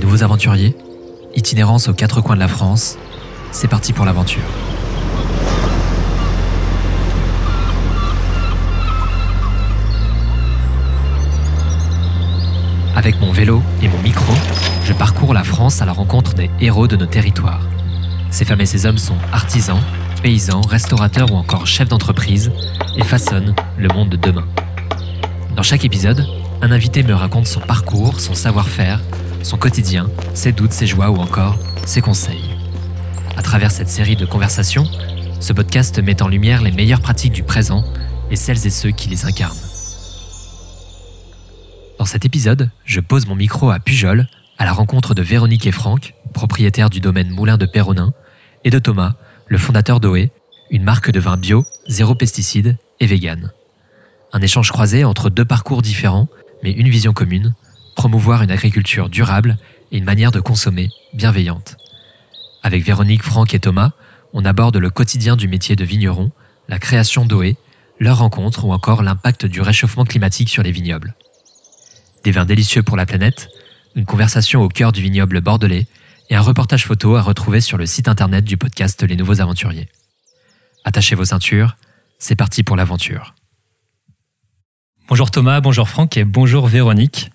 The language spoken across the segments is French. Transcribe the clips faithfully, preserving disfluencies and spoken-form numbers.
nouveaux aventuriers, itinérance aux quatre coins de la France, c'est parti pour l'aventure. Avec mon vélo et mon micro, je parcours la France à la rencontre des héros de nos territoires. Ces femmes et ces hommes sont artisans, paysans, restaurateurs ou encore chefs d'entreprise et façonnent le monde de demain. Dans chaque épisode, un invité me raconte son parcours, son savoir-faire, son quotidien, ses doutes, ses joies ou encore ses conseils. À travers cette série de conversations, ce podcast met en lumière les meilleures pratiques du présent et celles et ceux qui les incarnent. Dans cet épisode, je pose mon micro à Pujol, à la rencontre de Véronique et Franck, propriétaires du domaine Moulin de Péronin, et de Thomas, le fondateur d'Oé, une marque de vin bio, zéro pesticides et vegan. Un échange croisé entre deux parcours différents, mais une vision commune, promouvoir une agriculture durable et une manière de consommer bienveillante. Avec Véronique, Franck et Thomas, on aborde le quotidien du métier de vigneron, la création d'Oé, leur rencontre ou encore l'impact du réchauffement climatique sur les vignobles. Des vins délicieux pour la planète, une conversation au cœur du vignoble bordelais et un reportage photo à retrouver sur le site internet du podcast Les Nouveaux Aventuriers. Attachez vos ceintures, c'est parti pour l'aventure. Bonjour Thomas, bonjour Franck et bonjour Véronique.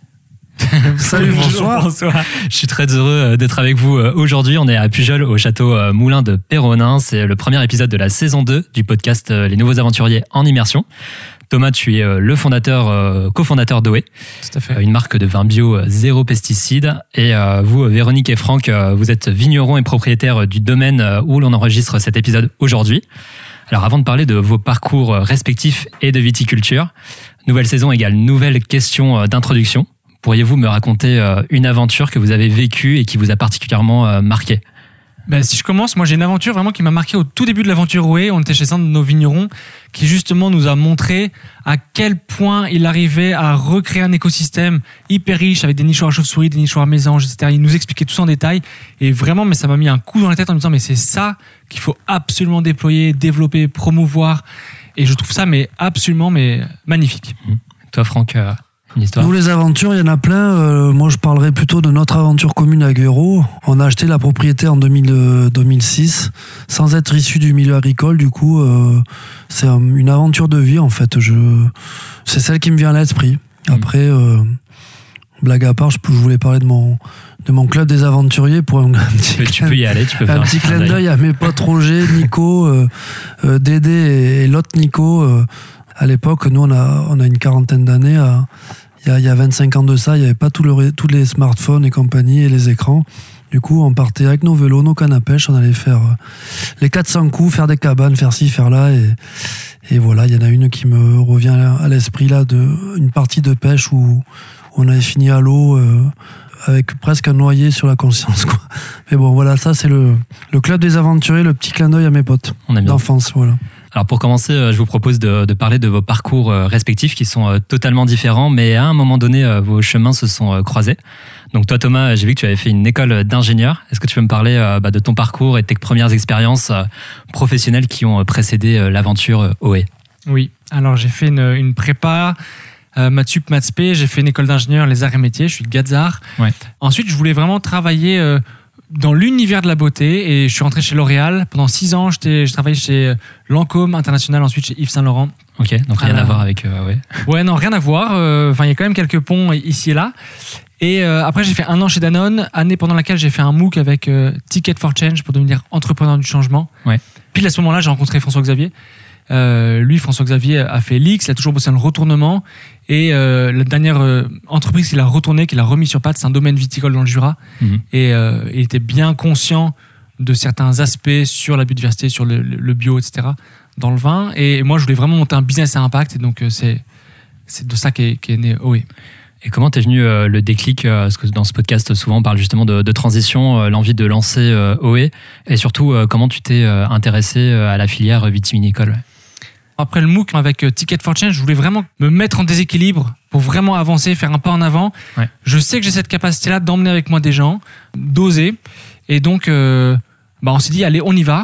Salut François. Bonsoir. Je suis très heureux d'être avec vous aujourd'hui. On est à Pujol au château Moulin de Péronin. C'est le premier épisode de la saison deux du podcast Les Nouveaux Aventuriers en immersion. Thomas, tu es le fondateur, cofondateur d'Oé, Tout à fait. Une marque de vin bio zéro pesticides. Et vous, Véronique et Franck, vous êtes vignerons et propriétaires du domaine où l'on enregistre cet épisode aujourd'hui. Alors avant de parler de vos parcours respectifs et de viticulture, nouvelle saison égale nouvelle question d'introduction. Pourriez-vous me raconter une aventure que vous avez vécue et qui vous a particulièrement marqué ? Ben, si je commence, moi j'ai une aventure vraiment qui m'a marqué au tout début de l'aventure Oé. On était chez un de nos vignerons qui justement nous a montré à quel point il arrivait à recréer un écosystème hyper riche avec des nichoirs à chauves-souris, des nichoirs mésanges, et cetera. Il nous expliquait tout ça en détail et vraiment, mais ça m'a mis un coup dans la tête en me disant mais c'est ça qu'il faut absolument déployer, développer, promouvoir. Et je trouve ça mais absolument mais magnifique. Mmh. Toi Franck, euh, une histoire ? Nous les aventures, il y en a plein. Euh, moi je parlerai plutôt de notre aventure commune avec Véro. On a acheté la propriété en deux mille, euh, deux mille six sans être issu du milieu agricole. Du coup, euh, c'est une aventure de vie en fait. Je... C'est celle qui me vient à l'esprit. Après, euh, blague à part, je, je voulais parler de mon, de mon club des aventuriers pour un, un petit, tu, tu peux y aller, tu peux faire un petit clin d'œil à mes potes Roger, Nico, euh, euh, Dédé et, et l'autre Nico. Euh, à l'époque, nous on a, on a une quarantaine d'années. À, il y a, il y a vingt-cinq ans de ça, il n'y avait pas tout le, tous les smartphones et compagnie et les écrans. Du coup, on partait avec nos vélos, nos cannes à pêche, on allait faire euh, les quatre cents coups, faire des cabanes, faire ci, faire là. Et, et voilà, il y en a une qui me revient à l'esprit là, de, une partie de pêche où on avait fini à l'eau euh, avec presque un noyé sur la conscience, quoi. Mais bon, voilà, ça c'est le, le club des aventuriers, le petit clin d'œil à mes potes on aime d'enfance, voilà. Alors pour commencer, je vous propose de, de parler de vos parcours respectifs qui sont totalement différents, mais à un moment donné, vos chemins se sont croisés. Donc toi Thomas, j'ai vu que tu avais fait une école d'ingénieur. Est-ce que tu peux me parler bah, de ton parcours et de tes premières expériences professionnelles qui ont précédé l'aventure Oé ? Oui, alors j'ai fait une, une prépa, euh, maths sup, maths spé, j'ai fait une école d'ingénieur, les arts et métiers, je suis de Gazard. Ouais. Ensuite, je voulais vraiment travailler... Euh, dans l'univers de la beauté et je suis rentré chez L'Oréal. Pendant six ans, j'étais, j'ai travaillé chez Lancôme International, ensuite chez Yves Saint Laurent. Ok, donc rien euh, à voir avec... Euh, ouais. ouais, non, rien à voir. Enfin, euh, il y a quand même quelques ponts ici et là. Et euh, après, j'ai fait un an chez Danone, année pendant laquelle j'ai fait un MOOC avec euh, Ticket for Change pour devenir entrepreneur du changement. Ouais. Puis à ce moment-là, j'ai rencontré François Xavier. Euh, lui, François Xavier, a fait l'X, il a toujours bossé dans le retournement. Et euh, la dernière euh, entreprise qu'il a retournée, qu'il a remis sur pattes, c'est un domaine viticole dans le Jura. Mmh. Et euh, il était bien conscient de certains aspects sur la biodiversité, sur le, le bio, et cetera, dans le vin. Et moi, je voulais vraiment monter un business à impact. Et donc, euh, c'est, c'est de ça qu'est, qu'est né Oé. Et comment t'es venu euh, le déclic euh, parce que dans ce podcast, souvent, on parle justement de, de transition, euh, l'envie de lancer euh, Oé. Et surtout, euh, comment tu t'es euh, intéressé euh, à la filière vitivinicole ? Après le MOOC avec Ticket for Change, je voulais vraiment me mettre en déséquilibre pour vraiment avancer, faire un pas en avant. Ouais. Je sais que j'ai cette capacité-là d'emmener avec moi des gens, d'oser. Et donc, euh, bah on s'est dit, allez, on y va.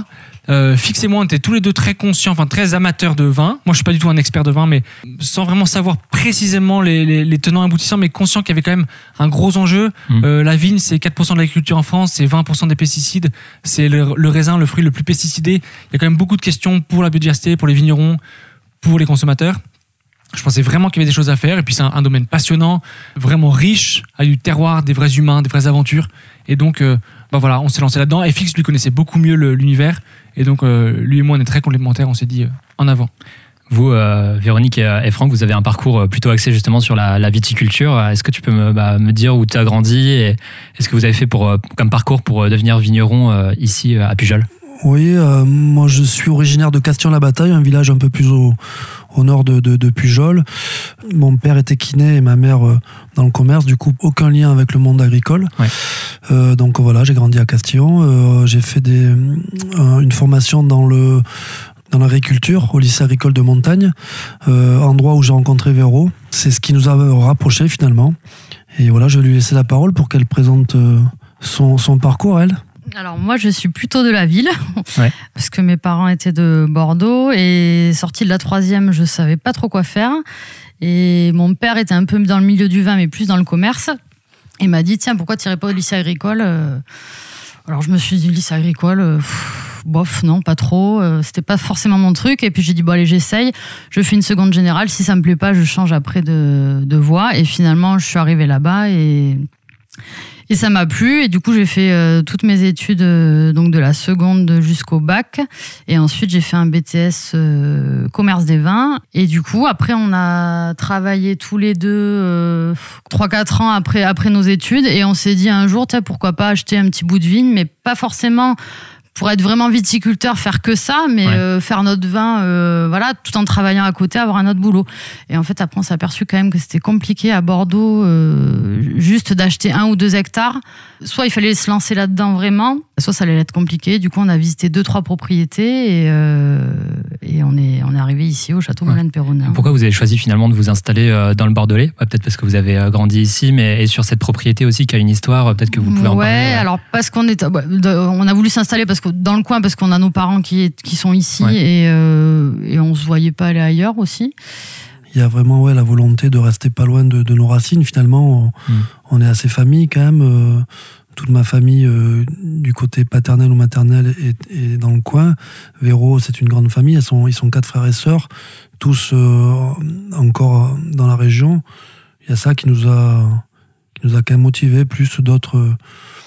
Euh, Fix et moi, on était tous les deux très conscients, enfin très amateurs de vin. Moi, je suis pas du tout un expert de vin, mais sans vraiment savoir précisément les, les, les tenants aboutissants, mais conscient qu'il y avait quand même un gros enjeu. Mmh. Euh, la vigne, c'est quatre pour cent de l'agriculture en France, c'est vingt pour cent des pesticides, c'est le, le raisin, le fruit le plus pesticidé. Il y a quand même beaucoup de questions pour la biodiversité, pour les vignerons, pour les consommateurs. Je pensais vraiment qu'il y avait des choses à faire. Et puis, c'est un, un domaine passionnant, vraiment riche, avec du terroir, des vrais humains, des vraies aventures. Et donc, euh, bah voilà, on s'est lancé là-dedans. Et Fix, lui, connaissait beaucoup mieux le, l'univers. Et donc, euh, lui et moi, on est très complémentaires. On s'est dit, euh, en avant. Vous, euh, Véronique et, et Franck, vous avez un parcours plutôt axé justement sur la, la viticulture. Est-ce que tu peux me, bah, me dire où tu as grandi et est-ce que vous avez fait pour, euh, comme parcours pour devenir vigneron euh, ici à Pujol ? Oui, euh, moi je suis originaire de Castillon-la-Bataille, un village un peu plus au, au nord de, de, de Pujol. Mon père était kiné et ma mère euh, dans le commerce, du coup aucun lien avec le monde agricole. Ouais. Euh, donc voilà, j'ai grandi à Castillon. Euh, j'ai fait des, euh, une formation dans le dans l'agriculture au lycée agricole de Montagne, euh, endroit où j'ai rencontré Véro. C'est ce qui nous a rapprochés finalement. Et voilà, je vais lui laisser la parole pour qu'elle présente euh, son, son parcours, elle. Alors moi je suis plutôt de la ville, ouais. Parce que mes parents étaient de Bordeaux et sortie de la troisième je savais pas trop quoi faire et mon père était un peu dans le milieu du vin mais plus dans le commerce et m'a dit tiens pourquoi tu irais pas au lycée agricole. Alors je me suis dit lycée agricole, pff, bof non pas trop, c'était pas forcément mon truc et puis j'ai dit bon allez j'essaye, je fais une seconde générale, si ça me plaît pas je change après de, de voie et finalement je suis arrivée là-bas et... Et ça m'a plu et du coup j'ai fait euh, toutes mes études euh, donc de la seconde jusqu'au bac et ensuite j'ai fait un B T S euh, commerce des vins et du coup après on a travaillé tous les deux euh, trois quatre ans après, après nos études et on s'est dit un jour pourquoi pas acheter un petit bout de vigne mais pas forcément pour être vraiment viticulteur, faire que ça, mais ouais. euh, faire notre vin, euh, voilà, tout en travaillant à côté, avoir un autre boulot. Et en fait, après, on s'est aperçu quand même que c'était compliqué à Bordeaux, euh, juste d'acheter un ou deux hectares. Soit il fallait se lancer là-dedans vraiment, soit ça allait être compliqué. Du coup, on a visité deux, trois propriétés et, euh, et on est, on est arrivé ici au Château ouais. Moulin de Péronin. Pourquoi vous avez choisi finalement de vous installer dans le Bordelais ? ouais, Peut-être parce que vous avez grandi ici, mais et sur cette propriété aussi qui a une histoire, peut-être que vous pouvez en ouais, parler. Ouais, alors parce qu'on est, on a voulu s'installer parce que dans le coin parce qu'on a nos parents qui, qui sont ici ouais. et, euh, et on se voyait pas aller ailleurs aussi. Il y a vraiment ouais, la volonté de rester pas loin de, de nos racines. Finalement, on, mmh. on est assez famille quand même. Euh, toute ma famille, euh, du côté paternel ou maternel, est, est dans le coin. Véro, c'est une grande famille. Elles sont, ils sont quatre frères et sœurs, tous euh, encore dans la région. Il y a ça qui nous a, qui nous a quand même motivés, plus d'autres...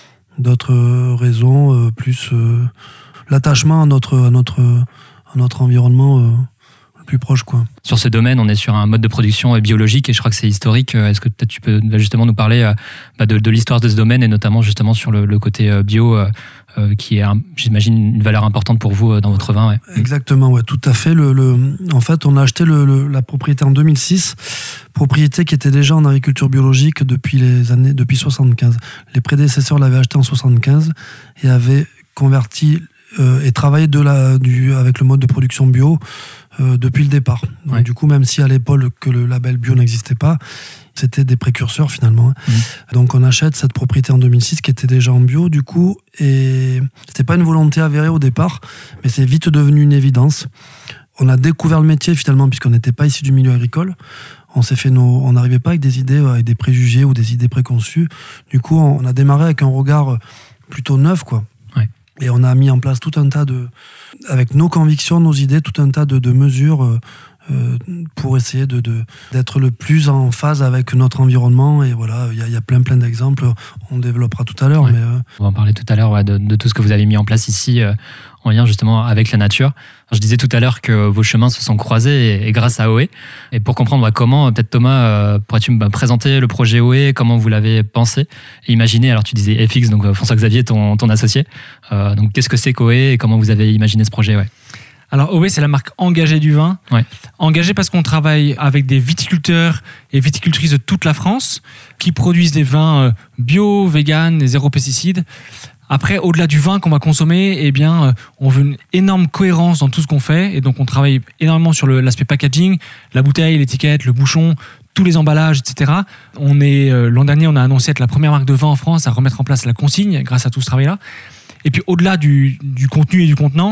d'autres raisons, plus euh, l'attachement à notre, à notre, à notre environnement euh, le plus proche, quoi. Sur ce domaine, on est sur un mode de production biologique et je crois que c'est historique. Est-ce que peut-être tu peux justement nous parler bah, de, de l'histoire de ce domaine et notamment justement sur le, le côté bio euh, euh, qui est, j'imagine, une valeur importante pour vous dans votre vin. Ouais. Exactement, ouais, tout à fait. Le, le, en fait, on a acheté le, le, la propriété en deux mille six, propriété qui était déjà en agriculture biologique depuis les années, depuis soixante-quinze. Les prédécesseurs l'avaient acheté en soixante-quinze et avaient converti euh, et travaillé de la, du, avec le mode de production bio euh, depuis le départ. Donc, ouais. Du coup, même si à l'époque que le label bio n'existait pas, c'était des précurseurs finalement. Mmh. Donc on achète cette propriété en deux mille six qui était déjà en bio du coup et c'était pas une volonté avérée au départ, mais c'est vite devenu une évidence. On a découvert le métier finalement puisqu'on n'était pas issu du milieu agricole. On s'est fait nos, on n'arrivait pas avec des idées, avec des préjugés ou des idées préconçues. Du coup, on a démarré avec un regard plutôt neuf, quoi. Ouais. Et on a mis en place tout un tas de, avec nos convictions, nos idées, tout un tas de, de mesures euh, euh, pour essayer de, de, d'être le plus en phase avec notre environnement. Et voilà, il y, y a plein, plein d'exemples. On développera tout à l'heure. Ouais. Mais euh... On va en parler tout à l'heure ouais, de, de tout ce que vous avez mis en place ici. Euh... en lien justement avec la nature. Alors, je disais tout à l'heure que vos chemins se sont croisés et, et grâce à O E. Et pour comprendre bah, comment, peut-être Thomas, euh, pourrais-tu me bah, présenter le projet O E, comment vous l'avez pensé et imaginé. Alors tu disais F X, donc euh, François-Xavier, ton, ton associé. Euh, donc qu'est-ce que c'est qu'O E et comment vous avez imaginé ce projet ouais. Alors O E, c'est la marque engagée du vin. Ouais. Engagée parce qu'on travaille avec des viticulteurs et viticultrices de toute la France qui produisent des vins bio, vegan et zéro pesticides. Après, au-delà du vin qu'on va consommer, eh bien, on veut une énorme cohérence dans tout ce qu'on fait. Et donc, on travaille énormément sur le, l'aspect packaging, la bouteille, l'étiquette, le bouchon, tous les emballages, et cetera. On est, euh, l'an dernier, on a annoncé être la première marque de vin en France à remettre en place la consigne grâce à tout ce travail-là. Et puis, au-delà du, du contenu et du contenant,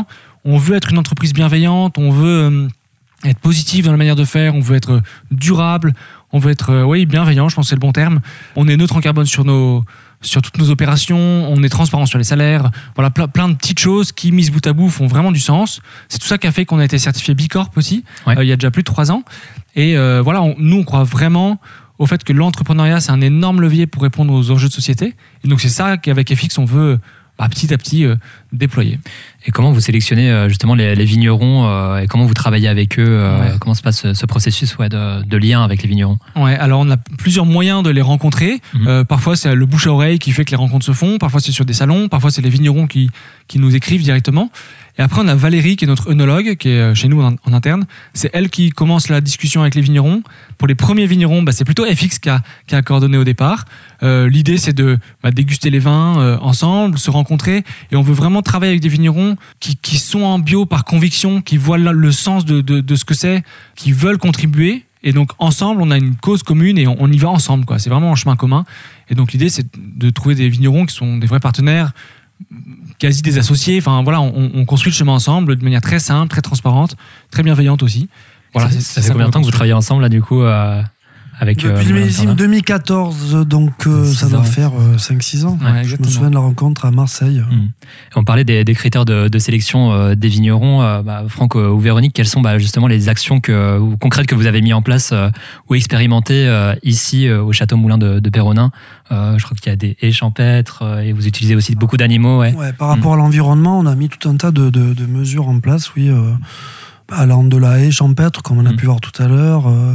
on veut être une entreprise bienveillante, on veut euh, être positif dans la manière de faire, on veut être durable, on veut être euh, oui, bienveillant, je pense que c'est le bon terme. On est neutre en carbone sur, nos, sur toutes nos opérations, on est transparent sur les salaires. Voilà, plein, plein de petites choses qui, mises bout à bout, font vraiment du sens. C'est tout ça qui a fait qu'on a été certifié B Corp aussi, ouais. euh, il y a déjà plus de trois ans. Et euh, voilà, on, nous, on croit vraiment au fait que l'entrepreneuriat, c'est un énorme levier pour répondre aux enjeux de société. Et donc, c'est ça qu'avec F X, on veut bah, petit à petit euh, déployer. Et comment vous sélectionnez euh, justement les, les vignerons euh, et comment vous travaillez avec eux euh, ouais. Comment se passe ce, ce processus ouais, de, de lien avec les vignerons? Ouais, alors on a plusieurs moyens de les rencontrer. Mmh. Euh, parfois, c'est le bouche à oreille qui fait que les rencontres se font. Parfois, c'est sur des salons. Parfois, c'est les vignerons qui, qui nous écrivent directement. Et après, on a Valérie, qui est notre œnologue, qui est chez nous en, en interne. C'est elle qui commence la discussion avec les vignerons. Pour les premiers vignerons, bah, c'est plutôt F X qui a, qui a coordonné au départ. Euh, l'idée, c'est de bah, déguster les vins euh, ensemble, se rencontrer. Et on veut vraiment travailler avec des vignerons qui, qui sont en bio par conviction, qui voient le, le sens de, de, de ce que c'est, qui veulent contribuer. Et donc, ensemble, on a une cause commune et on, on y va ensemble, quoi. C'est vraiment un chemin commun. Et donc, l'idée, c'est de trouver des vignerons qui sont des vrais partenaires, quasi des associés. Enfin voilà, on, on construit le chemin ensemble de manière très simple, très transparente, très bienveillante aussi. Voilà, ça, ça fait combien de temps que vous travaillez ensemble là du coup euh, avec Depuis euh, le millésime deux mille quatorze, donc euh, ça doit ans. faire euh, cinq six ans. Ouais, je me souviens de la rencontre à Marseille. Mmh. On parlait des, des critères de, de sélection euh, des vignerons. Euh, bah, Franck euh, ou Véronique, quelles sont bah, justement les actions que, ou concrètes que vous avez mis en place euh, ou expérimentées euh, ici euh, au Château Moulin de, de Péronin? Euh, je crois qu'il y a des haies champêtres euh, et vous utilisez aussi beaucoup d'animaux. Ouais. Ouais, par rapport mmh. à l'environnement, on a mis tout un tas de, de, de mesures en place, oui. Euh, allant de la haie champêtre, comme on a mmh. pu voir tout à l'heure, euh,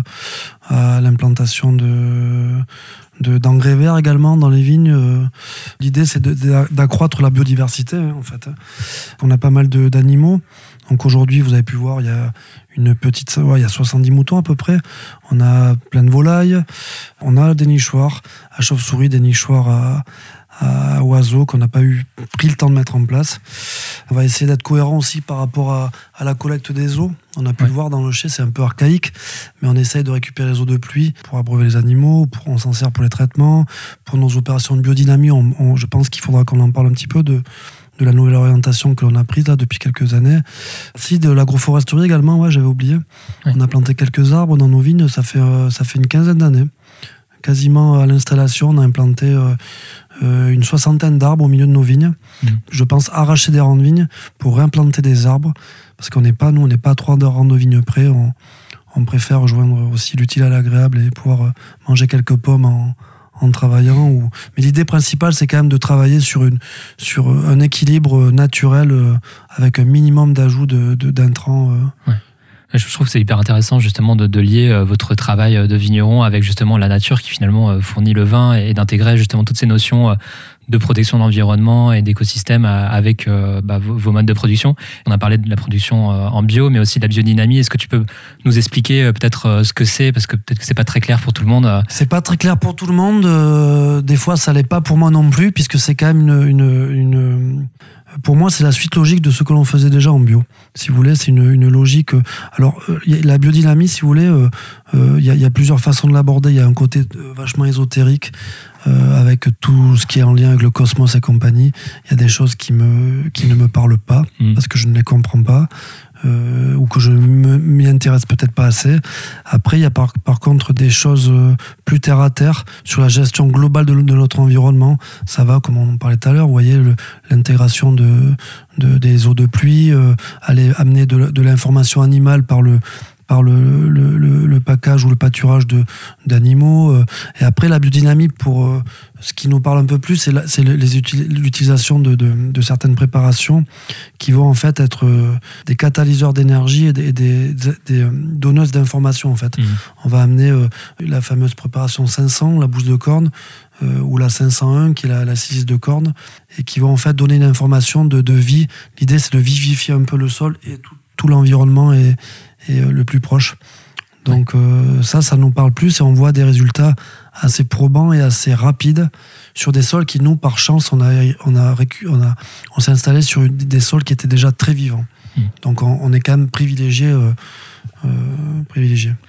à l'implantation de, de, d'engrais verts également dans les vignes. Euh, l'idée, c'est de, de, d'accroître la biodiversité, hein, en fait. On a pas mal de, d'animaux. Donc aujourd'hui, vous avez pu voir, il y a une petite, ouais, il y a soixante-dix moutons à peu près. On a plein de volailles. On a des nichoirs à chauves-souris, des nichoirs à, à oiseaux qu'on n'a pas eu pris le temps de mettre en place. On va essayer d'être cohérent aussi par rapport à, à la collecte des eaux. On a pu ouais. le voir dans le chai, c'est un peu archaïque, mais on essaye de récupérer les eaux de pluie pour abreuver les animaux, pour, on s'en sert pour les traitements, pour nos opérations de biodynamie. On, on, je pense qu'il faudra qu'on en parle un petit peu de, de la nouvelle orientation que l'on a prise là depuis quelques années. Si, de l'agroforesterie également, ouais, j'avais oublié. Ouais. On a planté quelques arbres dans nos vignes, ça fait, euh, ça fait une quinzaine d'années. Quasiment à l'installation, on a implanté euh, euh, une soixantaine d'arbres au milieu de nos vignes. Mmh. Je pense arracher des rangs de vignes pour réimplanter des arbres, parce qu'on n'est pas, nous, on n'est pas à trois rangs de vignes près. On, on préfère rejoindre aussi l'utile à l'agréable et pouvoir euh, manger quelques pommes en, en travaillant. Ou... Mais l'idée principale, c'est quand même de travailler sur, une, sur un équilibre naturel euh, avec un minimum d'ajout de, de, d'intrants. Euh. Ouais. Je trouve que c'est hyper intéressant justement de, de lier euh, votre travail de vigneron avec justement la nature qui finalement euh, fournit le vin et, et d'intégrer justement toutes ces notions euh, de protection de l'environnement et d'écosystème euh, avec euh, bah, vos, vos modes de production. On a parlé de la production euh, en bio, mais aussi de la biodynamie. Est-ce que tu peux nous expliquer euh, peut-être euh, ce que c'est, parce que peut-être que c'est pas très clair pour tout le monde. Euh. C'est pas très clair pour tout le monde. Euh, des fois, ça l'est pas pour moi non plus, puisque c'est quand même une, une, une pour moi, c'est la suite logique de ce que l'on faisait déjà en bio. Si vous voulez, c'est une, une logique. Alors, euh, la biodynamie, si vous voulez, il euh, euh, y, y a plusieurs façons de l'aborder. Il y a un côté euh, vachement ésotérique, euh, avec tout ce qui est en lien avec le cosmos et compagnie. Il y a des choses qui, me, qui ne me parlent pas, mmh. parce que je ne les comprends pas. Euh, ou que je ne m'y intéresse peut-être pas assez. Après, il y a par, par contre des choses plus terre à terre sur la gestion globale de, de notre environnement. Ça va, comme on en parlait tout à l'heure, vous voyez, le, l'intégration de, de, des eaux de pluie, euh, aller amener de, de l'information animale par le par le, le, le, le package ou le pâturage de, d'animaux. Et après, la biodynamie, pour euh, ce qui nous parle un peu plus, c'est, la, c'est les, l'utilisation de, de, de certaines préparations qui vont en fait être euh, des catalyseurs d'énergie et des, des, des, des donneuses d'informations. En fait. Mmh. On va amener euh, la fameuse préparation cinq cents, la bouse de corne, euh, ou la cinq cent un, qui est la, la silice de corne, et qui vont en fait donner une information de, de vie. L'idée, c'est de vivifier un peu le sol et tout, tout l'environnement est et le plus proche. Donc euh, ça, ça nous parle plus et on voit des résultats assez probants et assez rapides sur des sols qui, nous, par chance, on a, on a, récu- on a, on s'est installé sur une, des sols qui étaient déjà très vivants. Mmh. Donc on, on est quand même privilégié. Euh, euh, privilégié.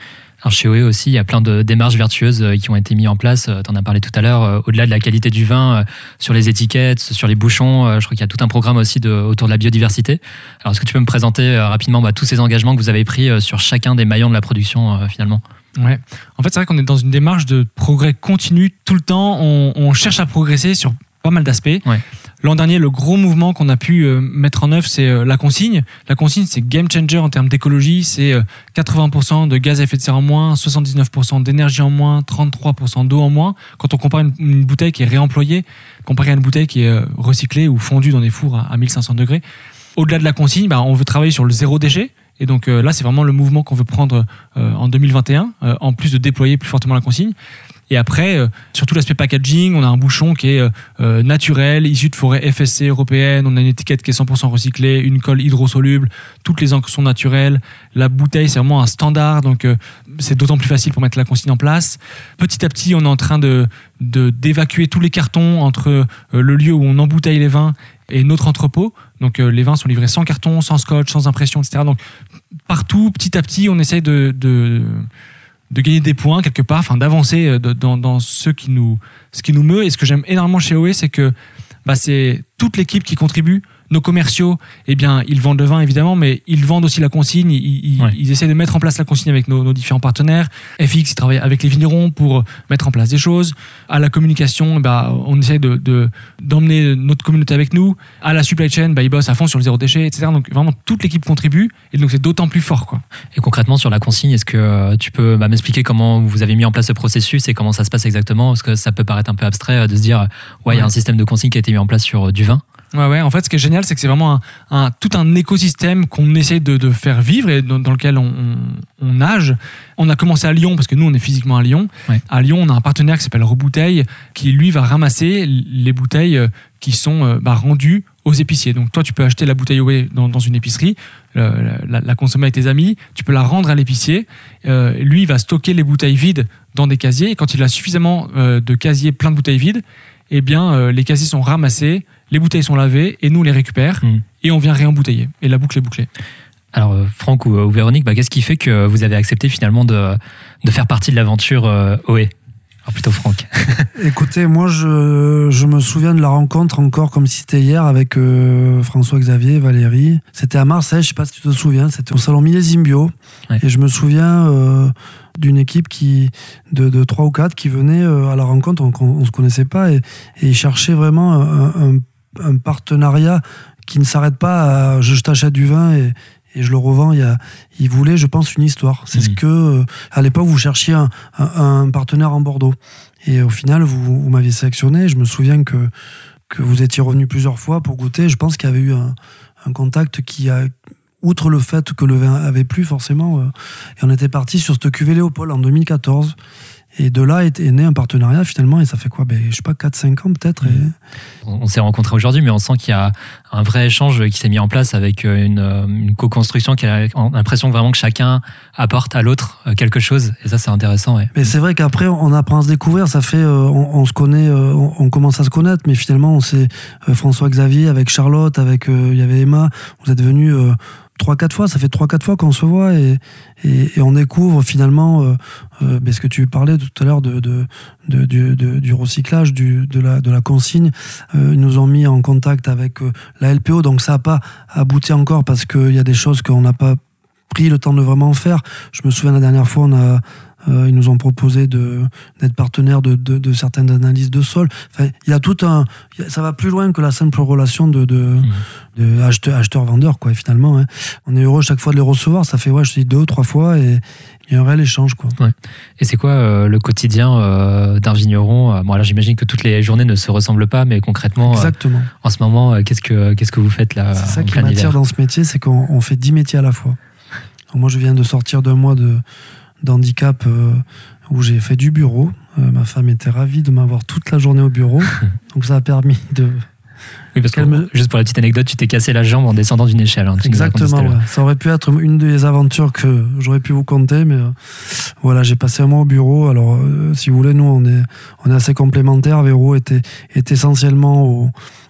Alors chez O E aussi, il y a plein de démarches vertueuses qui ont été mises en place. Tu en as parlé tout à l'heure, au-delà de la qualité du vin, sur les étiquettes, sur les bouchons. Je crois qu'il y a tout un programme aussi de, autour de la biodiversité. Alors est-ce que tu peux me présenter rapidement bah, tous ces engagements que vous avez pris sur chacun des maillons de la production finalement ? Ouais. En fait, c'est vrai qu'on est dans une démarche de progrès continu. Tout le temps, on, on cherche à progresser sur pas mal d'aspects. Ouais. L'an dernier, le gros mouvement qu'on a pu euh, mettre en œuvre, c'est euh, la consigne. La consigne, c'est game changer en termes d'écologie. C'est euh, quatre-vingts pour cent de gaz à effet de serre en moins, soixante-dix-neuf pour cent d'énergie en moins, trente-trois pour cent d'eau en moins. Quand on compare une, une bouteille qui est réemployée, comparé à une bouteille qui est euh, recyclée ou fondue dans des fours à, à mille cinq cents degrés. Au-delà de la consigne, bah, on veut travailler sur le zéro déchet. Et donc euh, là, c'est vraiment le mouvement qu'on veut prendre euh, en deux mille vingt et un, euh, en plus de déployer plus fortement la consigne. Et après, euh, sur tout l'aspect packaging, on a un bouchon qui est euh, naturel, issu de forêt F S C européenne, on a une étiquette qui est cent pour cent recyclée, une colle hydrosoluble, toutes les encres sont naturelles, la bouteille c'est vraiment un standard, donc euh, c'est d'autant plus facile pour mettre la consigne en place. Petit à petit, on est en train de, de, d'évacuer tous les cartons entre euh, le lieu où on embouteille les vins et notre entrepôt. Donc euh, les vins sont livrés sans carton, sans scotch, sans impression, et cetera. Donc partout, petit à petit, on essaye de... de de gagner des points quelque part, enfin d'avancer dans, dans ce qui nous, ce qui nous meut. Et ce que j'aime énormément chez O E, c'est que bah, c'est toute l'équipe qui contribue. Nos commerciaux, eh bien, ils vendent le vin évidemment, mais ils vendent aussi la consigne. Ils, ils, ouais. ils essaient de mettre en place la consigne avec nos, nos différents partenaires. F X, ils travaillent avec les vignerons pour mettre en place des choses. À la communication, bah, on essaie de, de, d'emmener notre communauté avec nous. À la supply chain, bah, ils bossent à fond sur le zéro déchet, et cetera. Donc vraiment, toute l'équipe contribue et donc c'est d'autant plus fort, quoi. Et concrètement, sur la consigne, est-ce que tu peux bah, m'expliquer comment vous avez mis en place ce processus et comment ça se passe exactement ? Parce que ça peut paraître un peu abstrait de se dire, ouais, il ouais. y a un système de consigne qui a été mis en place sur du vin. Ouais, ouais. En fait, ce qui est génial, c'est que c'est vraiment un, un, tout un écosystème qu'on essaie de, de faire vivre et dans, dans lequel on, on, on nage. On a commencé à Lyon, parce que nous, on est physiquement à Lyon. Ouais. À Lyon, on a un partenaire qui s'appelle Rebouteille, qui, lui, va ramasser les bouteilles qui sont bah, rendues aux épiciers. Donc, toi, tu peux acheter la bouteille O E dans, dans une épicerie, la, la, la consommer avec tes amis, tu peux la rendre à l'épicier. Euh, lui, il va stocker les bouteilles vides dans des casiers. Et quand il a suffisamment euh, de casiers pleins de bouteilles vides, eh bien, euh, les casiers sont ramassés, les bouteilles sont lavées et nous on les récupère mmh. et on vient réembouteiller et la boucle est bouclée. Alors Franck ou, ou Véronique, bah, qu'est-ce qui fait que vous avez accepté finalement de, de faire partie de l'aventure euh, O E ? Alors plutôt Franck. Écoutez, moi je, je me souviens de la rencontre encore comme si c'était hier avec euh, François-Xavier, Valérie. C'était à Marseille, je ne sais pas si tu te souviens, c'était au salon Millésime Bio. Ouais. Et je me souviens euh, d'une équipe qui, de, de trois ou quatre qui venaient euh, à la rencontre, on ne se connaissait pas et, et ils cherchaient vraiment un, un, un partenariat qui ne s'arrête pas à je t'achète du vin et et je le revends. Il, y a, il voulait, je pense, une histoire. C'est mmh. ce que, à l'époque, vous cherchiez un, un, un partenaire en Bordeaux. Et au final, vous, vous m'aviez sélectionné. Je me souviens que, que vous étiez revenu plusieurs fois pour goûter. Je pense qu'il y avait eu un, un contact qui a, outre le fait que le vin avait plu, forcément. Euh, et on était parti sur cette cuvée Léopold en deux mille quatorze. Et de là est, est né un partenariat finalement, et ça fait quoi, ben, je sais pas, quatre cinq ans peut-être. Et... On s'est rencontrés aujourd'hui, mais on sent qu'il y a un vrai échange qui s'est mis en place avec une, une co-construction qui a l'impression vraiment que chacun apporte à l'autre quelque chose, et ça c'est intéressant. Ouais. Mais c'est vrai qu'après on apprend à se découvrir, ça fait, euh, on, on se connaît, euh, on, on commence à se connaître, mais finalement on s'est, euh, François-Xavier avec Charlotte, avec, il euh, y avait Emma, vous êtes venus euh, trois quatre fois, ça fait trois quatre fois qu'on se voit et, et, et on découvre finalement euh, euh, ce que tu parlais tout à l'heure de, de, de, de, de, du recyclage, du, de, la, de la consigne. Euh, ils nous ont mis en contact avec euh, la L P O, donc ça n'a pas abouti encore parce qu'il y a des choses qu'on n'a pas pris le temps de vraiment faire. Je me souviens la dernière fois, on a Euh, ils nous ont proposé de, d'être partenaires de, de, de certaines analyses de sol. Enfin, il y a tout un, ça va plus loin que la simple relation de, de, mmh. de acheteur, acheteur-vendeur, quoi. Et finalement, hein, on est heureux chaque fois de les recevoir. Ça fait, ouais, je dis deux ou trois fois, et il y a un réel échange, quoi. Ouais. Et c'est quoi euh, le quotidien euh, d'un vigneron ? Bon, alors j'imagine que toutes les journées ne se ressemblent pas, mais concrètement, exactement. Euh, en ce moment, euh, qu'est-ce que qu'est-ce que vous faites là ? C'est ça qui m'attire dans ce métier, c'est qu'on on fait dix métiers à la fois. Donc moi, je viens de sortir d'un mois de d'handicap euh, où j'ai fait du bureau. Euh, ma femme était ravie de m'avoir toute la journée au bureau. Donc ça a permis de... Oui, parce que me... juste pour la petite anecdote, tu t'es cassé la jambe en descendant d'une échelle. Hein, exactement, ouais. Ça aurait pu être une des aventures que j'aurais pu vous conter, mais euh, voilà, j'ai passé un mois au bureau. Alors, euh, si vous voulez, nous, on est, on est assez complémentaires. Véro était, est essentiellement au,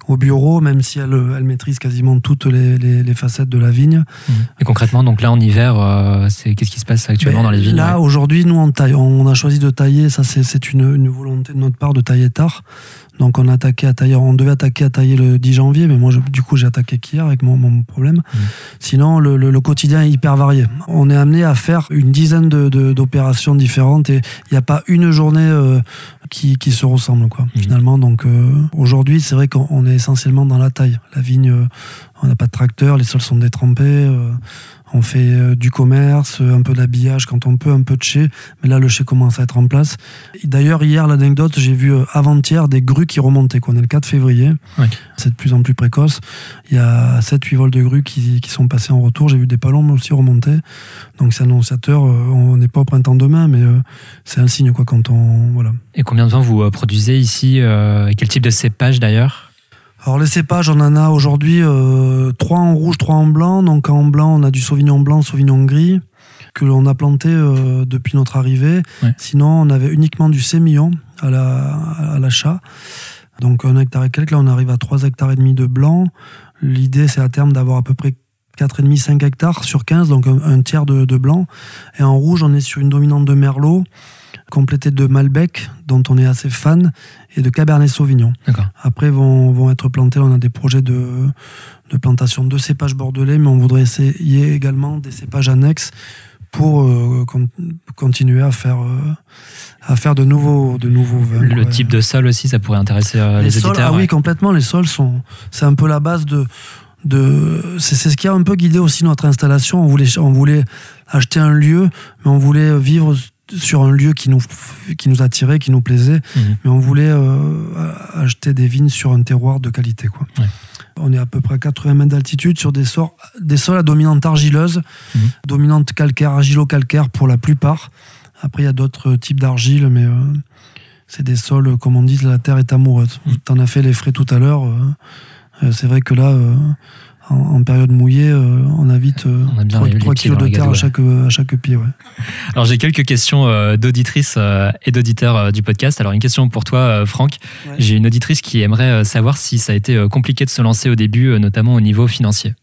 au bureau, même si elle, elle maîtrise quasiment toutes les, les, les facettes de la vigne. Et concrètement, donc là en hiver, euh, c'est, qu'est-ce qui se passe actuellement Mais dans les vignes? Là, ouais. aujourd'hui, nous, on taille. On a choisi de tailler, ça c'est, c'est une, une volonté de notre part de tailler tard. Donc on a attaqué à tailler, on devait attaquer à tailler le dix janvier, mais moi je, du coup j'ai attaqué qu'hier avec mon, mon problème. Mmh. Sinon le, le, le quotidien est hyper varié. On est amené à faire une dizaine de, de, d'opérations différentes et il n'y a pas une journée euh, qui, qui se ressemble quoi, mmh. finalement. Donc euh, aujourd'hui c'est vrai qu'on est essentiellement dans la taille. La vigne, euh, on n'a pas de tracteur, les sols sont détrempés. Euh, On fait euh, du commerce, un peu d'habillage quand on peut, un peu de chai. Mais là, le chai commence à être en place. Et d'ailleurs, hier, l'anecdote, j'ai vu euh, avant-hier des grues qui remontaient. On est le quatre février. Oui. C'est de plus en plus précoce. Il y a sept huit vols de grues qui, qui sont passés en retour. J'ai vu des palombes aussi remonter. Donc c'est annonciateur. Euh, on n'est pas au printemps demain, mais euh, c'est un signe quoi, quand on... Voilà. Et combien de vin vous euh, produisez ici euh, et quel type de cépage d'ailleurs ? Alors les cépages, on en a aujourd'hui euh, trois en rouge, trois en blanc. Donc en blanc, on a du Sauvignon blanc, Sauvignon gris, que l'on a planté euh, depuis notre arrivée. Ouais. Sinon, on avait uniquement du sémillon à, la, à l'achat. Donc un hectare et quelques, là on arrive à trois hectares et demi de blanc. L'idée, c'est à terme d'avoir à peu près quatre virgule cinq cinq hectares sur quinze, donc un, un tiers de, de blanc. Et en rouge, on est sur une dominante de Merlot, complétée de Malbec, dont on est assez fan, et de Cabernet Sauvignon. D'accord. Après vont, vont être plantés, on a des projets de, de plantation de cépages bordelais, mais on voudrait essayer également des cépages annexes pour euh, con, continuer à faire, euh, à faire de nouveaux, de nouveaux vins. Le ouais. type de sol aussi, ça pourrait intéresser euh, les, les sols, auditeurs. Ah ouais. oui, complètement. Les sols, sont, c'est un peu la base de... De, c'est, c'est ce qui a un peu guidé aussi notre installation. On voulait, on voulait acheter un lieu, mais on voulait vivre sur un lieu qui nous, qui nous attirait, qui nous plaisait, mmh. mais on voulait euh, acheter des vignes sur un terroir de qualité, quoi. Ouais. On est à peu près à quatre-vingts mètres d'altitude sur des, sols, des sols à dominante argileuse, mmh. dominante calcaire, argilo-calcaire pour la plupart. Après, il y a d'autres types d'argile, mais euh, c'est des sols, comme on dit, la terre est amoureuse. Mmh. Tu en as fait les frais tout à l'heure. Euh, c'est vrai que là, euh, en, en période mouillée, euh, on a vite euh, on a bien trois kilos de terre à chaque, à chaque pied. Ouais. Alors j'ai quelques questions euh, d'auditrices euh, et d'auditeurs euh, du podcast. Alors une question pour toi, euh, Franck. Ouais. J'ai une auditrice qui aimerait euh, savoir si ça a été euh, compliqué de se lancer au début, euh, notamment au niveau financier.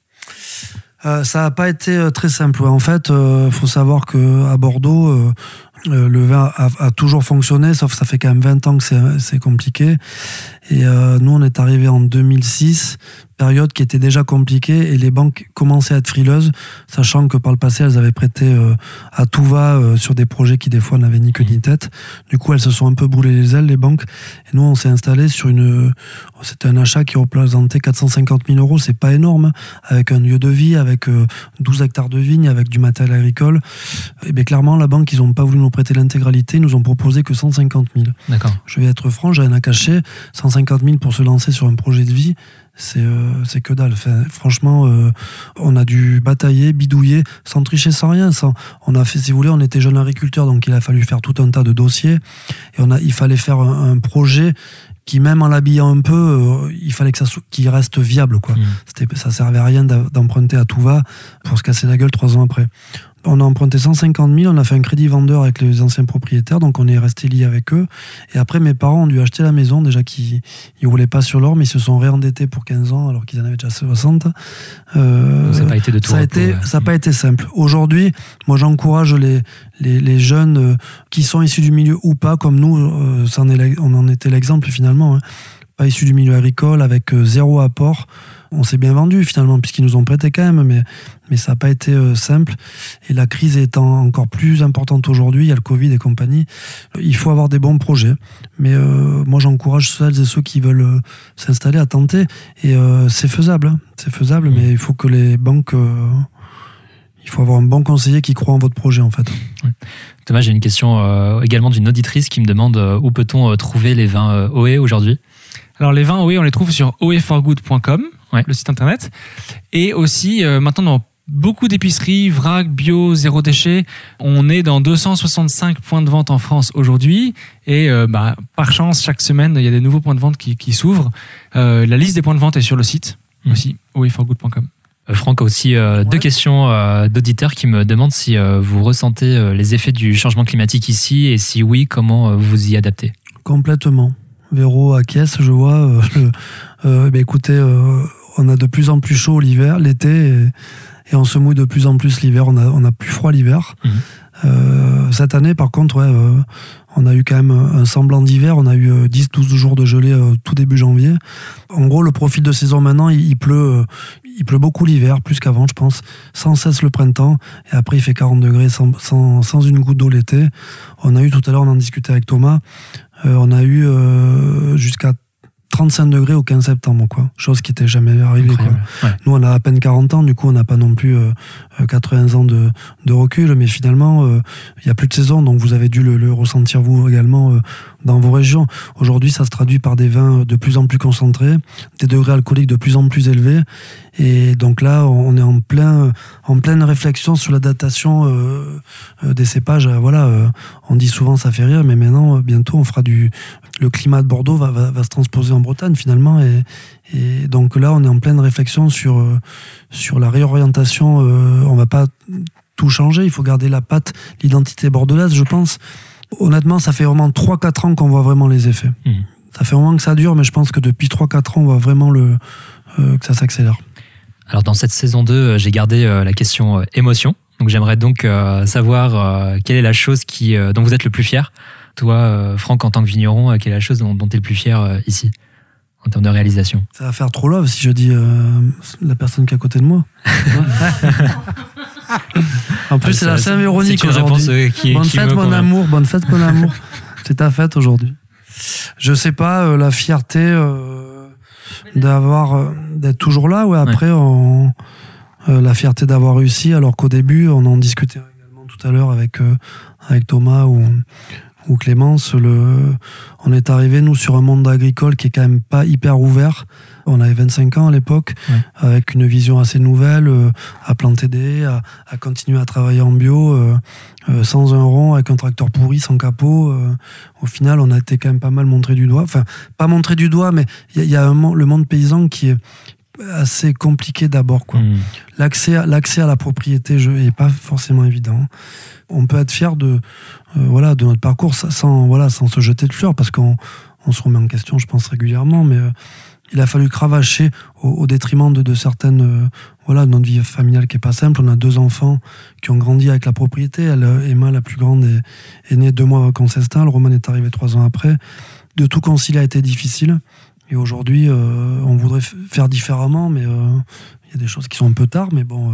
Euh, ça n'a pas été euh, très simple. Ouais. En fait, il euh, faut savoir qu'à Bordeaux, euh, euh, le vin a, a toujours fonctionné, sauf que ça fait quand même vingt ans que c'est, c'est compliqué. Et euh, nous, on est arrivé en deux mille six, période qui était déjà compliquée, et les banques commençaient à être frileuses, sachant que par le passé, elles avaient prêté euh, à tout va euh, sur des projets qui, des fois, n'avaient ni queue ni tête. Du coup, elles se sont un peu brûlées les ailes, les banques. Et nous, on s'est installé sur une... C'était un achat qui représentait quatre cent cinquante mille euros, c'est pas énorme, avec un lieu de vie, avec euh, douze hectares de vignes, avec du matériel agricole. Et bien clairement, la banque, ils n'ont pas voulu nous prêter l'intégralité, ils nous ont proposé que cent cinquante mille. D'accord. Je vais être franc, j'ai rien à cacher. cent cinquante mille pour se lancer sur un projet de vie, c'est, euh, c'est que dalle. Enfin, franchement, euh, on a dû batailler, bidouiller, sans tricher, sans rien. Sans, on a fait, si vous voulez, on était jeunes agriculteurs, donc il a fallu faire tout un tas de dossiers. Et on a, il fallait faire un, un projet qui, même en l'habillant un peu, euh, il fallait que ça qu'il reste viable, quoi. Mmh. C'était, ça servait à rien d'emprunter à tout va pour se casser la gueule trois ans après. On a emprunté cent cinquante mille, on a fait un crédit vendeur avec les anciens propriétaires, donc on est resté lié avec eux. Et après, mes parents ont dû acheter la maison, déjà qu'ils ne roulaient pas sur l'or, mais ils se sont réendettés pour quinze ans, alors qu'ils en avaient déjà soixante. Euh, donc ça n'a pas été de tout. Ça n'a ouais. pas été simple. Aujourd'hui, moi j'encourage les, les, les jeunes euh, qui sont issus du milieu ou pas, comme nous, euh, ça en est, on en était l'exemple finalement, hein. Pas issus du milieu agricole, avec euh, zéro apport. On s'est bien vendu finalement, puisqu'ils nous ont prêté quand même, mais, mais ça n'a pas été euh, simple. Et la crise étant encore plus importante aujourd'hui, il y a le Covid et compagnie, il faut avoir des bons projets. Mais euh, moi, j'encourage celles et ceux qui veulent euh, s'installer à tenter. Et euh, c'est faisable, hein. C'est faisable, mmh. mais il faut que les banques... Euh, il faut avoir un bon conseiller qui croit en votre projet, en fait. Ouais. Thomas, j'ai une question euh, également d'une auditrice qui me demande euh, où peut-on euh, trouver les vins euh, O E aujourd'hui ? Alors les vins O E, on les trouve sur o e for good point com, ouais. le site internet, et aussi euh, maintenant dans beaucoup d'épiceries, vrac, bio, zéro déchet. On est dans deux cent soixante-cinq points de vente en France aujourd'hui, et euh, bah, par chance, chaque semaine, il y a des nouveaux points de vente qui, qui s'ouvrent. Euh, la liste des points de vente est sur le site, mmh. aussi, o e for good point com. Euh, Franck a aussi euh, ouais. deux questions euh, d'auditeurs qui me demandent si euh, vous ressentez euh, les effets du changement climatique ici, et si oui, comment euh, vous y adaptez ? Complètement. Véro acquiesce, je vois. Euh, euh, bah, écoutez, euh, on a de plus en plus chaud l'hiver, l'été, et, et on se mouille de plus en plus l'hiver. On a, on a plus froid l'hiver. Mmh. Euh, cette année, par contre, ouais, euh, on a eu quand même un semblant d'hiver. On a eu euh, dix douze jours de gelée euh, tout début janvier. En gros, le profil de saison maintenant, il, il pleut, euh, il pleut beaucoup l'hiver, plus qu'avant, je pense. Sans cesse le printemps, et après il fait quarante degrés sans, sans, sans une goutte d'eau l'été. On a eu tout à l'heure, on en discutait avec Thomas. Euh, on a eu euh, jusqu'à trente-cinq degrés au quinze septembre, quoi. Chose qui n'était jamais arrivée, quoi. Ouais. Nous, on a à peine quarante ans, du coup, on n'a pas non plus euh, quatre-vingts ans de, de recul, mais finalement, il euh, n'y a plus de saison, donc vous avez dû le, le ressentir, vous également, euh, dans vos régions. Aujourd'hui, ça se traduit par des vins de plus en plus concentrés, des degrés alcooliques de plus en plus élevés, et donc là, on est en, plein, en pleine réflexion sur la datation euh, euh, des cépages. Voilà, euh, on dit souvent, ça fait rire, mais maintenant, euh, bientôt, on fera du... Le climat de Bordeaux va, va, va se transposer en Bretagne, finalement, et, et donc là, on est en pleine réflexion sur, euh, sur la réorientation. Euh, on va pas tout changer, il faut garder la patte, l'identité bordelaise, je pense. Honnêtement, ça fait vraiment trois quatre ans qu'on voit vraiment les effets. Mmh. Ça fait vraiment que ça dure, mais je pense que depuis trois quatre ans, on voit vraiment le, euh, que ça s'accélère. Alors, dans cette saison deux, j'ai gardé euh, la question euh, émotion. Donc, j'aimerais donc euh, savoir euh, quelle est la chose qui, euh, dont vous êtes le plus fier. Toi, euh, Franck, en tant que vigneron, euh, quelle est la chose dont, dont tu es le plus fier euh, ici, en termes de réalisation? Ça va faire trop love si je dis euh, la personne qui est à côté de moi. En plus, ah, c'est la Saint-Véronique aujourd'hui. Euh, qui, bonne, qui fête, mon amour, bonne fête, mon amour. C'est ta fête aujourd'hui. Je sais pas, euh, la fierté euh, d'avoir, euh, d'être toujours là. Ouais, après, ouais. On, euh, la fierté d'avoir réussi, alors qu'au début, on en discutait également tout à l'heure avec, euh, avec Thomas ou, ou Clémence. Le, on est arrivé, nous, sur un monde agricole qui est quand même pas hyper ouvert. On avait vingt-cinq ans à l'époque, ouais. Avec une vision assez nouvelle, euh, à planter des haies, à, à continuer à travailler en bio, euh, euh, sans un rond, avec un tracteur pourri, sans capot. Euh, au final, on a été quand même pas mal montré du doigt. Enfin, pas montré du doigt, mais il y, y a un, le monde paysan qui est assez compliqué d'abord, quoi. Mmh. L'accès, à, l'accès à la propriété n'est pas forcément évident. On peut être fier de, euh, voilà, de notre parcours sans, voilà, sans se jeter de fleurs, parce qu'on on se remet en question, je pense, régulièrement, mais euh, il a fallu cravacher au, au détriment de, de certaines... Euh, voilà, notre vie familiale qui n'est pas simple. On a deux enfants qui ont grandi avec la propriété. Elle, Emma, la plus grande, est, est née deux mois avant qu'on s'installe. Roman est arrivé trois ans après. De tout concilier a été difficile. Et aujourd'hui, euh, on voudrait f- faire différemment, mais il euh, y a des choses qui sont un peu tard, mais bon, euh,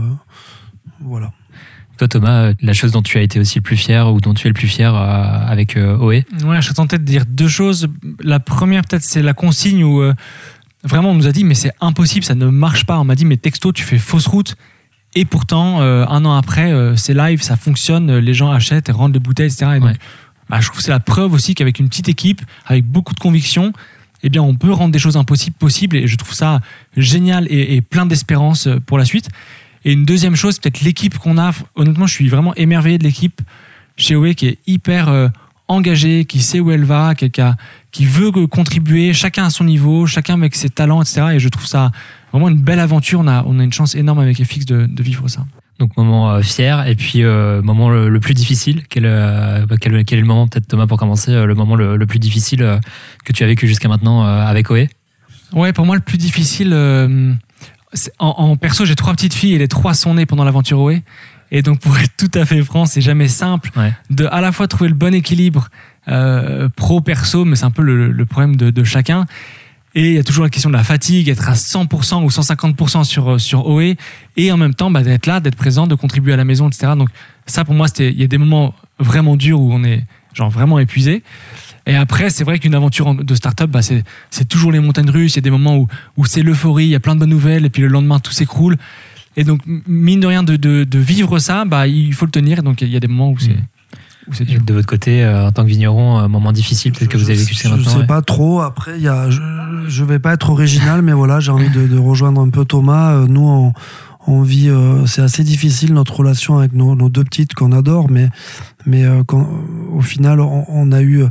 voilà. Toi, Thomas, la chose dont tu as été aussi le plus fier, ou dont tu es le plus fier euh, avec euh, O E? Ouais, je tentais de dire deux choses. La première, peut-être, c'est la consigne où euh, vraiment on nous a dit, mais c'est impossible, ça ne marche pas. On m'a dit, mais texto, tu fais fausse route. Et pourtant, euh, un an après, euh, c'est live, ça fonctionne, les gens achètent et rendent les bouteilles, et cetera. Et donc, ouais. bah, je trouve que c'est la preuve aussi qu'avec une petite équipe, avec beaucoup de conviction, eh bien, on peut rendre des choses impossibles possibles. Et je trouve ça génial et, et plein d'espérance pour la suite. Et une deuxième chose, peut-être l'équipe qu'on a. Honnêtement, je suis vraiment émerveillé de l'équipe chez O E qui est hyper euh, engagée, qui sait où elle va, qui, qui, a, qui veut contribuer, chacun à son niveau, chacun avec ses talents, et cetera. Et je trouve ça vraiment une belle aventure. On a, on a une chance énorme avec F X de, de vivre ça. Donc, moment euh, fier. Et puis, euh, moment le, le plus difficile. Quel, euh, quel, quel est le moment, peut-être Thomas, pour commencer, euh, le moment le, le plus difficile euh, que tu as vécu jusqu'à maintenant euh, avec O E? Ouais, pour moi, le plus difficile... Euh, En, en perso, j'ai trois petites filles et les trois sont nées pendant l'aventure O E. Et donc, pour être tout à fait franc, c'est jamais simple ouais. de à la fois trouver le bon équilibre euh, pro-perso, mais c'est un peu le, le problème de, de chacun. Et il y a toujours la question de la fatigue, être à cent pour cent ou cent cinquante pour cent sur, sur O E. Et en même temps, bah, d'être là, d'être présent, de contribuer à la maison, et cetera. Donc, ça, pour moi, il y a des moments vraiment durs où on est genre vraiment épuisé. Et après, c'est vrai qu'une aventure de start-up, bah c'est, c'est toujours les montagnes russes. Il y a des moments où, où c'est l'euphorie, il y a plein de bonnes nouvelles, et puis le lendemain, tout s'écroule. Et donc, mine de rien, de, de, de vivre ça, bah, il faut le tenir. Donc, il y a des moments où c'est, où c'est dur. De votre côté, euh, en tant que vigneron, un moment difficile peut-être je, que vous avez vécu jusqu'à maintenant? Je ne sais ouais. pas trop. Après, il y a, je ne vais pas être original, mais voilà, j'ai envie de, de rejoindre un peu Thomas. Nous, on, on vit... Euh, c'est assez difficile, notre relation avec nos, nos deux petites qu'on adore, mais, mais euh, quand, au final, on, on a eu...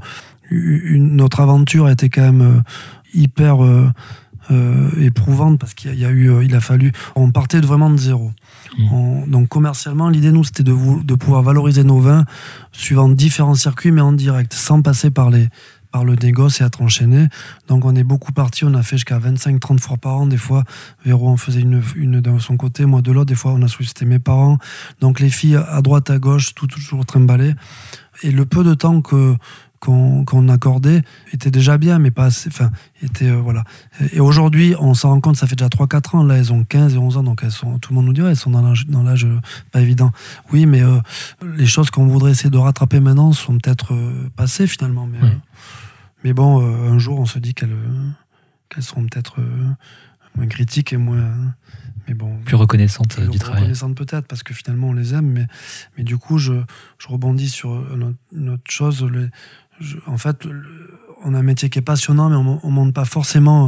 Une, notre aventure a été quand même euh, hyper euh, euh, éprouvante parce qu'il y a, il y a eu, euh, il a fallu, on partait de vraiment de zéro. Mmh. On, donc commercialement, l'idée nous c'était de, vous, de pouvoir valoriser nos vins suivant différents circuits mais en direct, sans passer par les par le négoce et être enchaîné. Donc on est beaucoup parti, on a fait jusqu'à vingt-cinq trente fois par an. Des fois, Véro en faisait une, une de son côté, moi de l'autre. Des fois, on a sollicité mes parents. Donc les filles à droite, à gauche, tout toujours trimballé. Et le peu de temps que qu'on, qu'on accordait était déjà bien, mais pas assez. Enfin, était euh, voilà. Et aujourd'hui, on s'en rend compte, ça fait déjà trois quatre ans. Là, elles ont quinze et onze ans, donc elles sont. Tout le monde nous dit, ouais, elles sont dans l'âge, dans l'âge euh, pas évident. Oui, mais euh, les choses qu'on voudrait essayer de rattraper maintenant sont peut-être euh, passées finalement. Mais, oui. euh, mais bon, euh, un jour, on se dit qu'elles, euh, qu'elles seront peut-être euh, moins critiques et moins. Mais bon, plus reconnaissante plus du travail. Reconnaissante peut-être, parce que finalement on les aime, mais, mais du coup je, je rebondis sur une, une autre chose. Le, je, en fait, le, on a un métier qui est passionnant, mais on ne montre pas forcément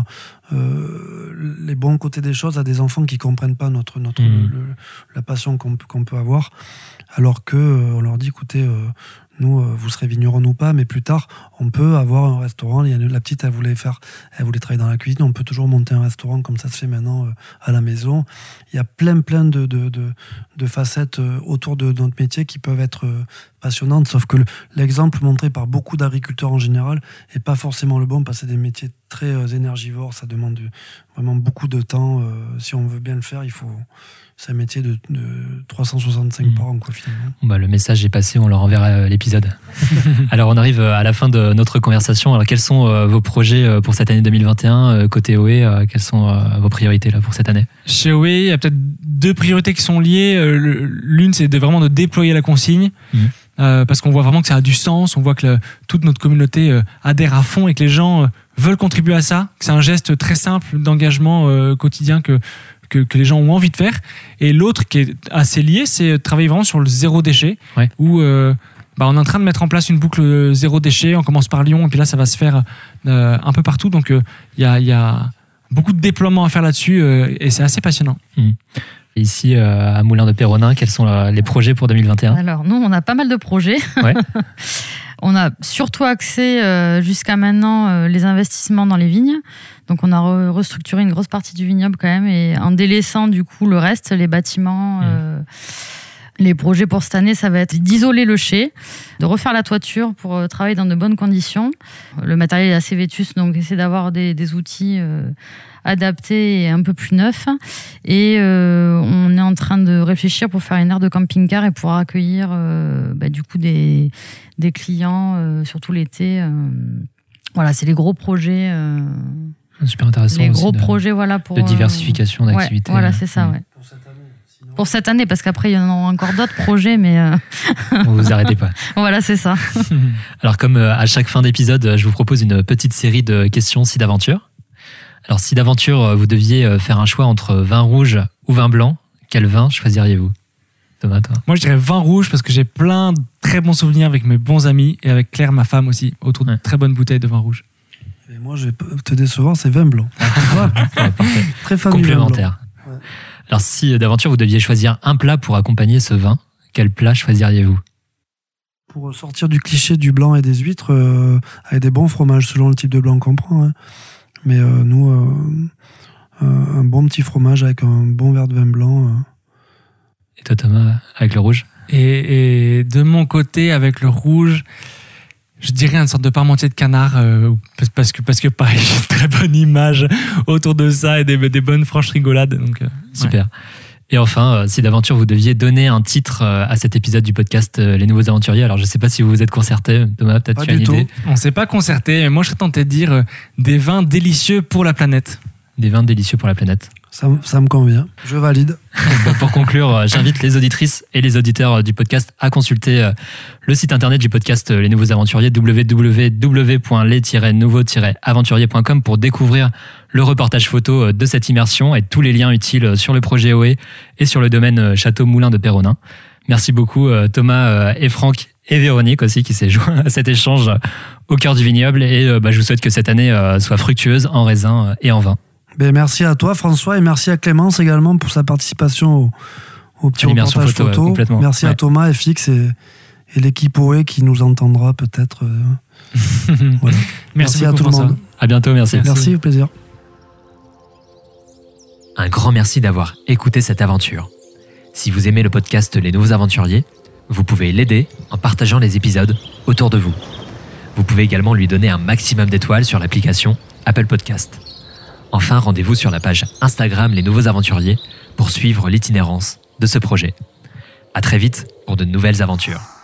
euh, les bons côtés des choses à des enfants qui ne comprennent pas notre, notre, mmh. le, le, la passion qu'on, qu'on peut avoir, alors qu'on euh, leur dit, écoutez, euh, nous, euh, vous serez vigneron ou pas, mais plus tard, on peut avoir un restaurant. Il y a une, la petite, elle voulait faire, elle voulait travailler dans la cuisine. On peut toujours monter un restaurant comme ça se fait maintenant euh, à la maison. Il y a plein, plein de, de, de, de facettes euh, autour de, de notre métier qui peuvent être euh, passionnantes. Sauf que le, l'exemple montré par beaucoup d'agriculteurs en général n'est pas forcément le bon, parce que c'est des métiers très euh, énergivores. Ça demande du, vraiment beaucoup de temps. Euh, si on veut bien le faire, il faut. C'est un métier de, de trois cent soixante-cinq mmh. par an, quoi, finalement. Bah, le message est passé, on leur enverra l'épisode. Alors, on arrive à la fin de notre conversation. Alors, quels sont euh, vos projets pour cette année deux mille vingt et un euh, côté O E euh, Quelles sont euh, vos priorités là, pour cette année? Chez O E, il y a peut-être deux priorités qui sont liées. L'une, c'est de vraiment de déployer la consigne. Mmh. Euh, parce qu'on voit vraiment que ça a du sens, on voit que le, toute notre communauté euh, adhère à fond et que les gens euh, veulent contribuer à ça, que c'est un geste très simple d'engagement euh, quotidien que, que, que les gens ont envie de faire. Et l'autre qui est assez lié, c'est de travailler vraiment sur le zéro déchet, ouais. où euh, bah, on est en train de mettre en place une boucle zéro déchet, on commence par Lyon et puis là ça va se faire euh, un peu partout, donc il euh, y, a, y a beaucoup de déploiements à faire là-dessus euh, et c'est assez passionnant. Mmh. Ici, euh, à Moulin de Péronin, quels sont euh, les projets pour deux mille vingt et un? Alors, nous, on a pas mal de projets. Ouais. On a surtout axé euh, jusqu'à maintenant euh, les investissements dans les vignes. Donc, on a re- restructuré une grosse partie du vignoble quand même, et en délaissant du coup le reste, les bâtiments. Euh, mmh. Les projets pour cette année, ça va être d'isoler le chai, de refaire la toiture pour euh, travailler dans de bonnes conditions. Le matériel est assez vétuste, donc essayer d'avoir des, des outils euh, adaptés et un peu plus neufs. Et euh, on est en train de réfléchir pour faire une aire de camping-car et pouvoir accueillir euh, bah, du coup des, des clients, euh, surtout l'été. Euh, voilà, c'est les gros projets. Euh, Super intéressant. Les aussi gros de, projets, voilà, pour de diversification euh, d'activités. Ouais, voilà, c'est ça, ouais. Pour cette année, sinon... Pour cette année, parce qu'après, il y en aura encore d'autres projets, mais... Euh... Vous vous arrêtez pas. Voilà, c'est ça. Alors, comme à chaque fin d'épisode, je vous propose une petite série de questions si d'aventure. Alors, si d'aventure, vous deviez faire un choix entre vin rouge ou vin blanc, quel vin choisiriez-vous? Thomas, toi? Moi, je dirais vin rouge parce que j'ai plein de très bons souvenirs avec mes bons amis et avec Claire, ma femme aussi, autour de ouais. très bonnes bouteilles de vin rouge. Et moi, je vais te décevoir, c'est vin blanc. ouais, parfait. Très famille. Complémentaire. Ouais. Alors, si d'aventure, vous deviez choisir un plat pour accompagner ce vin, quel plat choisiriez-vous? Pour sortir du cliché du blanc et des huîtres, euh, avec des bons fromages, selon le type de blanc qu'on prend. Hein. Mais euh, nous, euh, un bon petit fromage avec un bon verre de vin blanc. Euh. Et toi, Thomas, avec le rouge? et, et de mon côté, avec le rouge, je dirais une sorte de parmentier de canard, euh, parce que, parce que pareil, j'ai une très bonne image autour de ça et des, des bonnes franches rigolades. Donc, euh, super. Ouais. Et enfin, euh, si d'aventure vous deviez donner un titre euh, à cet épisode du podcast euh, Les Nouveaux Aventuriers, alors je ne sais pas si vous vous êtes concerté, Thomas, peut-être pas tu as une tout. idée. On ne s'est pas concerté, mais moi je serais tenté de dire euh, des vins délicieux pour la planète. Des vins délicieux pour la planète. Ça, ça me convient, je valide. Pour conclure, j'invite les auditrices et les auditeurs du podcast à consulter le site internet du podcast Les Nouveaux Aventuriers, w w w point les tiret nouveaux tiret aventuriers point com, pour découvrir le reportage photo de cette immersion et tous les liens utiles sur le projet O E et sur le domaine Château Moulin de Péronin. Merci beaucoup Thomas et Franck et Véronique aussi qui s'est joint à cet échange au cœur du vignoble, et bah, je vous souhaite que cette année soit fructueuse en raisin et en vin. Ben, merci à toi François, et merci à Clémence également pour sa participation au, au petit reportage photo. photo. Ouais, merci ouais. à Thomas, F X et, et l'équipe O E qui nous entendra peut-être. Euh, voilà. Merci, merci à tout le monde. À bientôt, merci. Merci, merci au plaisir. Un grand merci d'avoir écouté cette aventure. Si vous aimez le podcast Les Nouveaux Aventuriers, vous pouvez l'aider en partageant les épisodes autour de vous. Vous pouvez également lui donner un maximum d'étoiles sur l'application Apple Podcast. Enfin, rendez-vous sur la page Instagram Les Nouveaux Aventuriers pour suivre l'itinérance de ce projet. À très vite pour de nouvelles aventures.